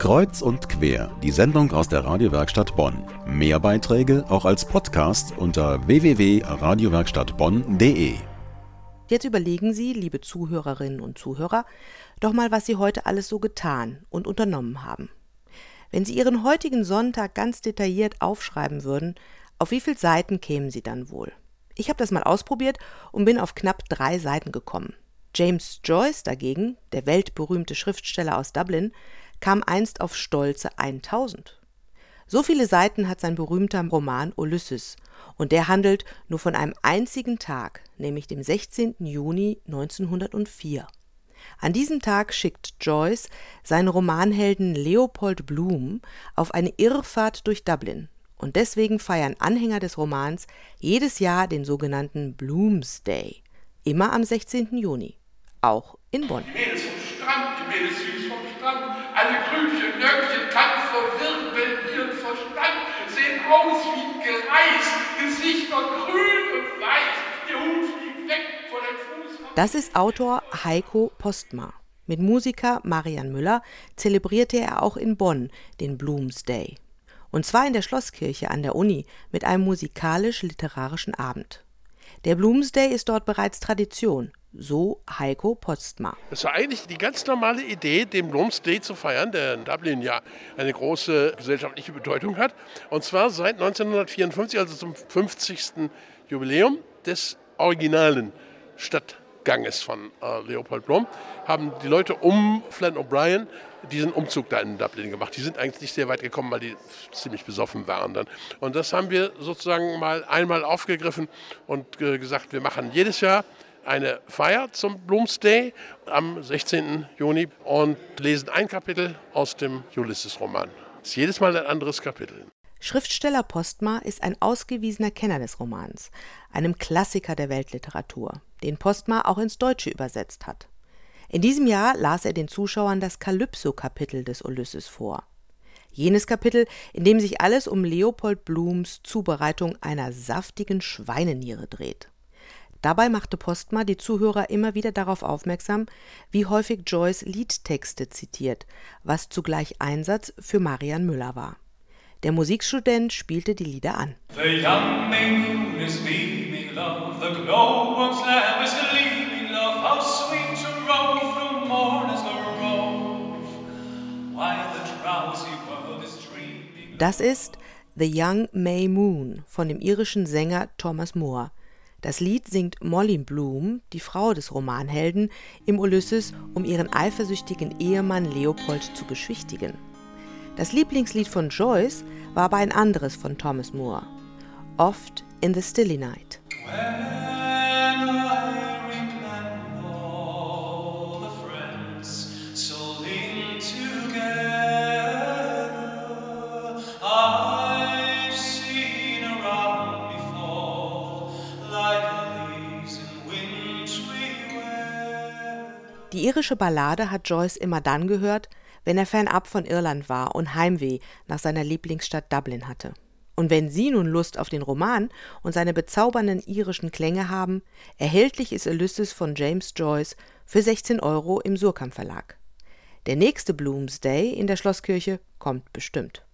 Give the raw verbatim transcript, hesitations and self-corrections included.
Kreuz und quer, die Sendung aus der Radiowerkstatt Bonn. Mehr Beiträge auch als Podcast unter w w w punkt radiowerkstattbonn punkt d e. Jetzt überlegen Sie, liebe Zuhörerinnen und Zuhörer, doch mal, was Sie heute alles so getan und unternommen haben. Wenn Sie Ihren heutigen Sonntag ganz detailliert aufschreiben würden, auf wie viele Seiten kämen Sie dann wohl? Ich habe das mal ausprobiert und bin auf knapp drei Seiten gekommen. James Joyce dagegen, der weltberühmte Schriftsteller aus Dublin, kam einst auf stolze tausend. So viele Seiten hat sein berühmter Roman Ulysses, und der handelt nur von einem einzigen Tag, nämlich dem sechzehnten Juni neunzehnhundertvier. An diesem Tag schickt Joyce seinen Romanhelden Leopold Bloom auf eine Irrfahrt durch Dublin, und deswegen feiern Anhänger des Romans jedes Jahr den sogenannten Bloomsday, immer am sechzehnten Juni, auch in Bonn. Die Mädels vom Strand, die Mädels süß vom Strand, alle Grübchen, Nöckchen, Tanzer, wirbeln ihren Verstand, sehen aus wie gereist, Gesichter grün und weiß, ihr Hut fliegt weg vor den Fuß. Das ist Autor Heiko Postma. Mit Musiker Marian Müller zelebrierte er auch in Bonn den Bloomsday. Und zwar in der Schlosskirche an der Uni mit einem musikalisch-literarischen Abend. Der Bloomsday ist dort bereits Tradition, so Heiko Postma. Es war eigentlich die ganz normale Idee, den Bloomsday zu feiern, der in Dublin ja eine große gesellschaftliche Bedeutung hat. Und zwar seit neunzehnhundertvierundfünfzig, also zum fünfzigsten Jubiläum des originalen Stadtganges von äh, Leopold Bloom, haben die Leute um Flann O'Brien diesen Umzug da in Dublin gemacht. Die sind eigentlich nicht sehr weit gekommen, weil die ziemlich besoffen waren dann. Und das haben wir sozusagen mal einmal aufgegriffen und äh, gesagt, wir machen jedes Jahr eine Feier zum Bloomsday am sechzehnten Juni und lesen ein Kapitel aus dem Ulysses-Roman. Das ist jedes Mal ein anderes Kapitel. Schriftsteller Postma ist ein ausgewiesener Kenner des Romans, einem Klassiker der Weltliteratur, den Postma auch ins Deutsche übersetzt hat. In diesem Jahr las er den Zuschauern das Kalypso-Kapitel des Ulysses vor. Jenes Kapitel, in dem sich alles um Leopold Blooms Zubereitung einer saftigen Schweineniere dreht. Dabei machte Postma die Zuhörer immer wieder darauf aufmerksam, wie häufig Joyce Liedtexte zitiert, was zugleich Einsatz für Marian Müller war. Der Musikstudent spielte die Lieder an. The young May moon is beaming love, the glowworm's lamp is gleaming love, how sweet to roam through mourners grove, while the drowsy world is dreaming. Das ist The Young May Moon von dem irischen Sänger Thomas Moore. Das Lied singt Molly Bloom, die Frau des Romanhelden, im Ulysses, um ihren eifersüchtigen Ehemann Leopold zu beschwichtigen. Das Lieblingslied von Joyce war aber ein anderes von Thomas Moore, Oft in the Stilly Night. Die irische Ballade hat Joyce immer dann gehört, wenn er fernab von Irland war und Heimweh nach seiner Lieblingsstadt Dublin hatte. Und wenn Sie nun Lust auf den Roman und seine bezaubernden irischen Klänge haben, erhältlich ist Ulysses von James Joyce für sechzehn Euro im Suhrkamp Verlag. Der nächste Bloomsday in der Schlosskirche kommt bestimmt.